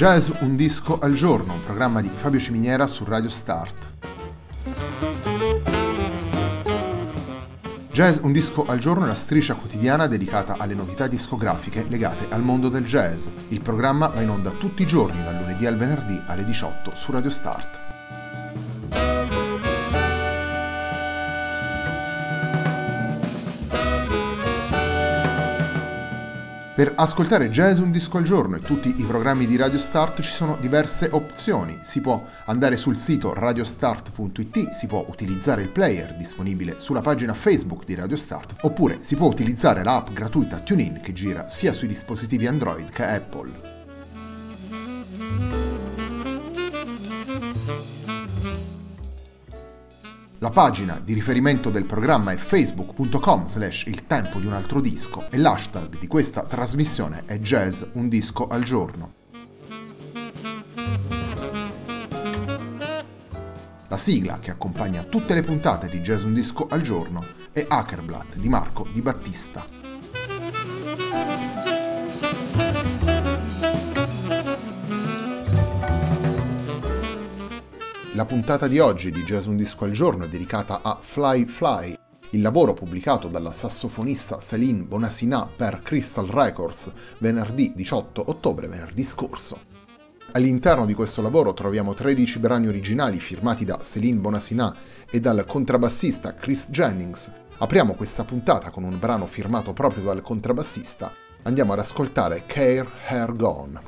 Jazz un disco al giorno, un programma di Fabio Ciminiera su Radio Start. Jazz un disco al giorno è la striscia quotidiana dedicata alle novità discografiche legate al mondo del jazz. Il programma va in onda tutti i giorni, dal lunedì al venerdì alle 18 su Radio Start. Per ascoltare Jazz un disco al giorno e tutti i programmi di Radio Start ci sono diverse opzioni. Si può andare sul sito radiostart.it, si può utilizzare il player disponibile sulla pagina Facebook di Radio Start, oppure si può utilizzare l'app gratuita TuneIn che gira sia sui dispositivi Android che Apple. La pagina di riferimento del programma è facebook.com/il tempo di un altro disco e l'hashtag di questa trasmissione è Jazz un disco al giorno. La sigla che accompagna tutte le puntate di Jazz un disco al giorno è Hackerblatt di Marco Di Battista. La puntata di oggi di Jazz un disco al giorno è dedicata a Fly Fly, il lavoro pubblicato dalla sassofonista Céline Bonassina per Crystal Records venerdì 18 ottobre, venerdì scorso. All'interno di questo lavoro troviamo 13 brani originali firmati da Céline Bonassina e dal contrabbassista Chris Jennings. Apriamo questa puntata con un brano firmato proprio dal contrabbassista. Andiamo ad ascoltare Care Hair Gone.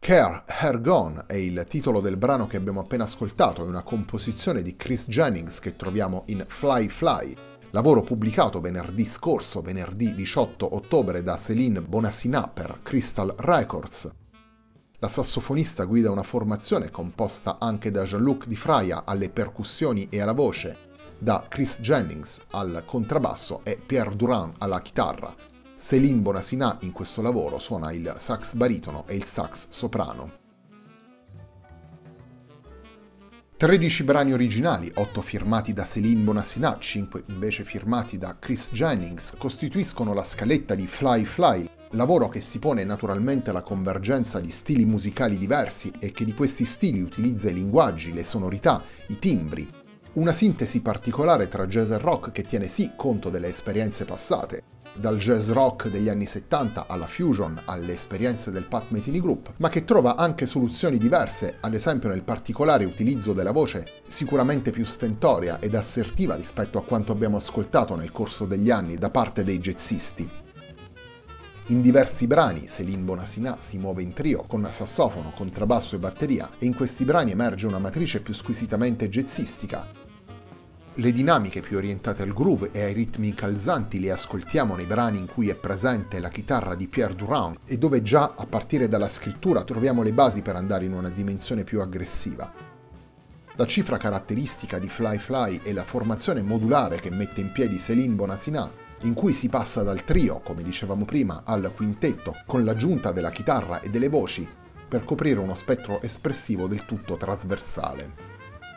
Care Hair Gone è il titolo del brano che abbiamo appena ascoltato, è una composizione di Chris Jennings che troviamo in Fly Fly, lavoro pubblicato venerdì scorso, venerdì 18 ottobre, da Céline Bonassina per Crystal Records. La sassofonista guida una formazione composta anche da Jean-Luc Di Fraia alle percussioni e alla voce, da Chris Jennings al contrabbasso e Pierre Durand alla chitarra. Céline Bonassina in questo lavoro suona il sax baritono e il sax soprano. 13 brani originali, 8 firmati da Céline Bonassina, 5 invece firmati da Chris Jennings, costituiscono la scaletta di Fly Fly, lavoro che si pone naturalmente alla convergenza di stili musicali diversi e che di questi stili utilizza i linguaggi, le sonorità, i timbri. Una sintesi particolare tra jazz e rock che tiene sì conto delle esperienze passate, dal jazz rock degli anni 70 alla fusion, alle esperienze del Pat Metheny Group, ma che trova anche soluzioni diverse, ad esempio nel particolare utilizzo della voce sicuramente più stentoria ed assertiva rispetto a quanto abbiamo ascoltato nel corso degli anni da parte dei jazzisti. In diversi brani Céline Bonassina si muove in trio con sassofono, contrabbasso e batteria e in questi brani emerge una matrice più squisitamente jazzistica. Le dinamiche più orientate al groove e ai ritmi incalzanti le ascoltiamo nei brani in cui è presente la chitarra di Pierre Durand e dove già a partire dalla scrittura troviamo le basi per andare in una dimensione più aggressiva. La cifra caratteristica di Fly Fly è la formazione modulare che mette in piedi Céline Bonassina, in cui si passa dal trio, come dicevamo prima, al quintetto, con l'aggiunta della chitarra e delle voci, per coprire uno spettro espressivo del tutto trasversale.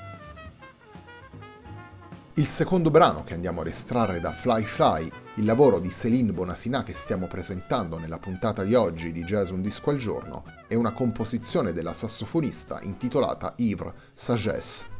Il secondo brano che andiamo ad estrarre da Fly Fly, il lavoro di Céline Bonassina che stiamo presentando nella puntata di oggi di Jazz Un Disco al Giorno, è una composizione della sassofonista intitolata Ivre Sagesse.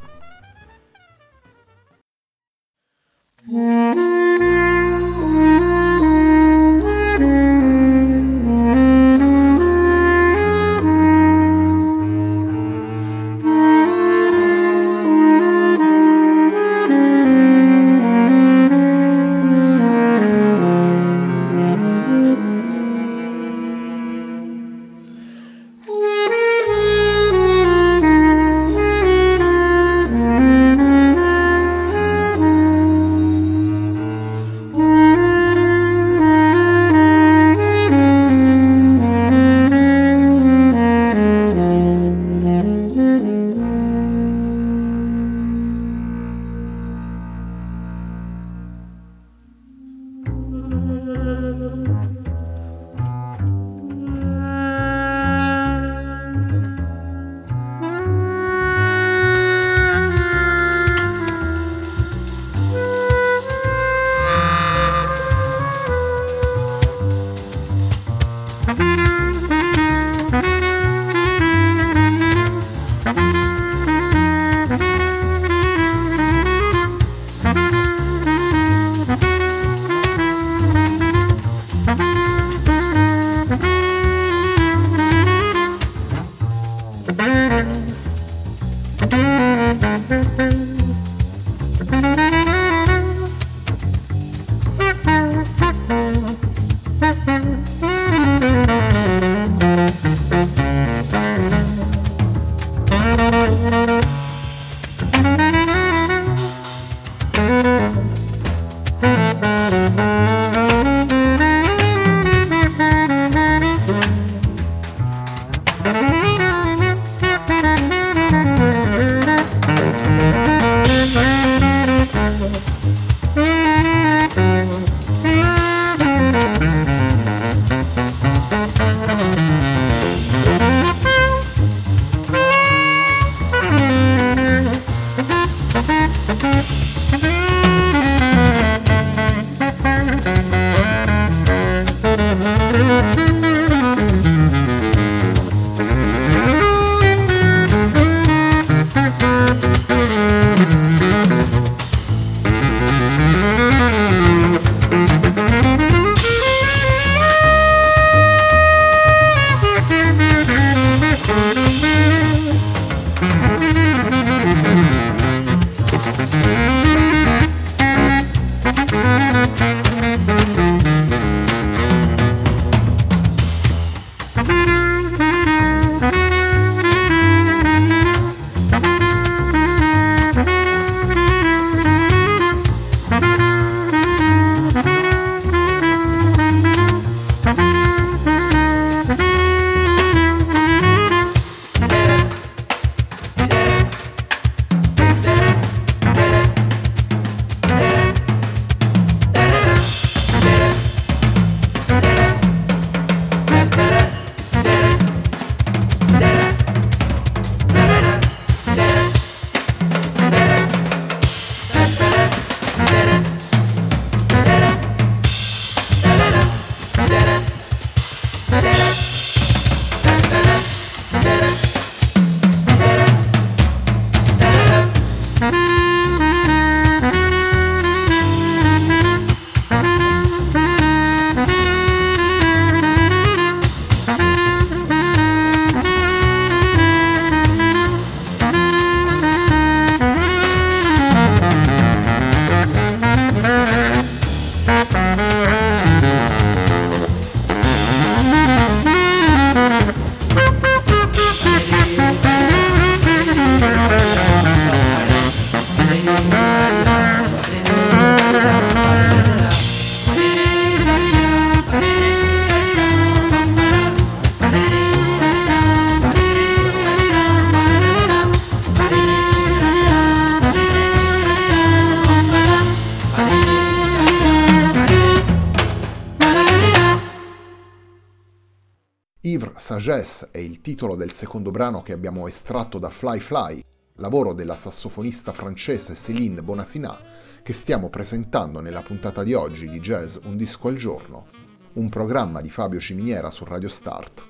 Sagesse è il titolo del secondo brano che abbiamo estratto da Fly Fly, lavoro della sassofonista francese Céline Bonassina, che stiamo presentando nella puntata di oggi di Jazz Un Disco al Giorno, un programma di Fabio Ciminiera su Radio Start.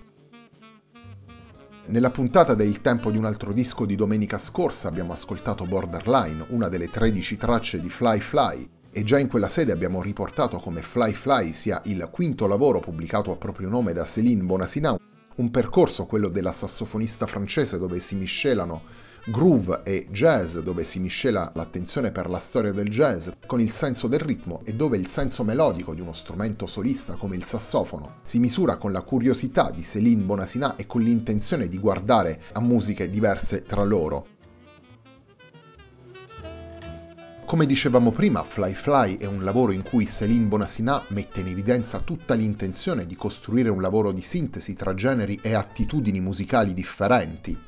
Nella puntata de Il tempo di un altro disco di domenica scorsa abbiamo ascoltato Borderline, una delle 13 tracce di Fly Fly, e già in quella sede abbiamo riportato come Fly Fly sia il quinto lavoro pubblicato a proprio nome da Céline Bonassina, un percorso, quello della sassofonista francese, dove si miscelano groove e jazz, dove si miscela l'attenzione per la storia del jazz con il senso del ritmo e dove il senso melodico di uno strumento solista come il sassofono si misura con la curiosità di Céline Bonassina e con l'intenzione di guardare a musiche diverse tra loro. Come dicevamo prima, Fly Fly è un lavoro in cui Céline Bonassina mette in evidenza tutta l'intenzione di costruire un lavoro di sintesi tra generi e attitudini musicali differenti.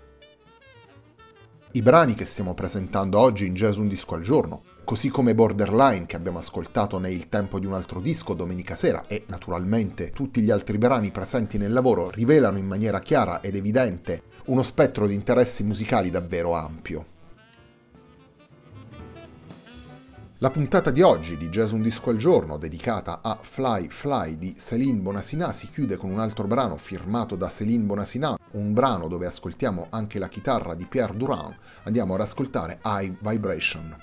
I brani che stiamo presentando oggi in Jazz Un Disco al Giorno, così come Borderline che abbiamo ascoltato nei Il tempo di un altro disco domenica sera e naturalmente tutti gli altri brani presenti nel lavoro, rivelano in maniera chiara ed evidente uno spettro di interessi musicali davvero ampio. La puntata di oggi di Jazz Un Disco al Giorno, dedicata a Fly Fly di Céline Bonassina, si chiude con un altro brano firmato da Céline Bonassina, un brano dove ascoltiamo anche la chitarra di Pierre Durand. Andiamo ad ascoltare High Vibration.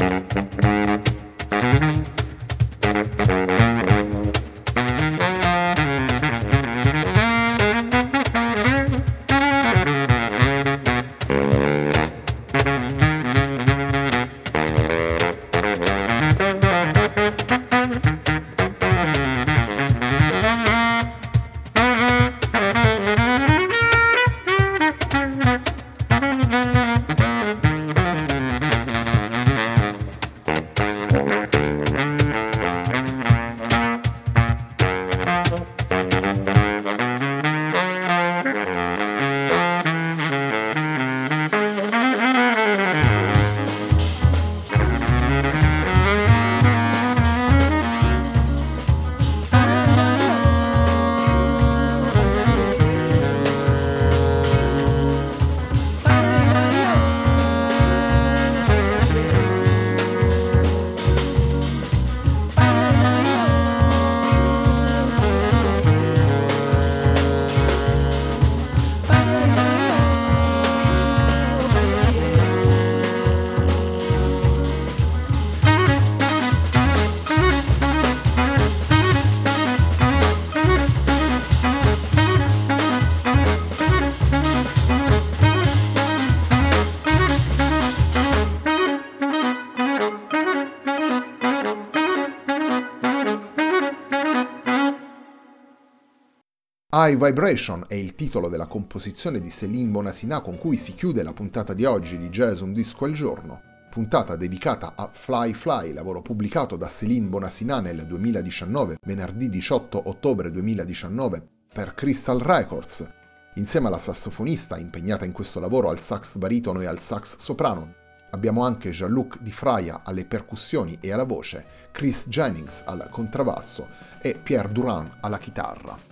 High Vibration è il titolo della composizione di Céline Bonassina con cui si chiude la puntata di oggi di Jazz Un Disco al Giorno, puntata dedicata a Fly Fly, lavoro pubblicato da Céline Bonassina nel 2019, venerdì 18 ottobre 2019, per Crystal Records. Insieme alla sassofonista impegnata in questo lavoro al sax baritono e al sax soprano, abbiamo anche Jean-Luc Di Fraia alle percussioni e alla voce, Chris Jennings al contrabbasso e Pierre Durand alla chitarra.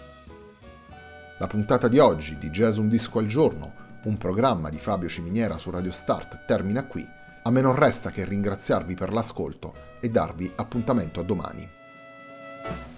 La puntata di oggi di Jazz Un Disco al Giorno, un programma di Fabio Ciminiera su Radio Start, termina qui. A me non resta che ringraziarvi per l'ascolto e darvi appuntamento a domani.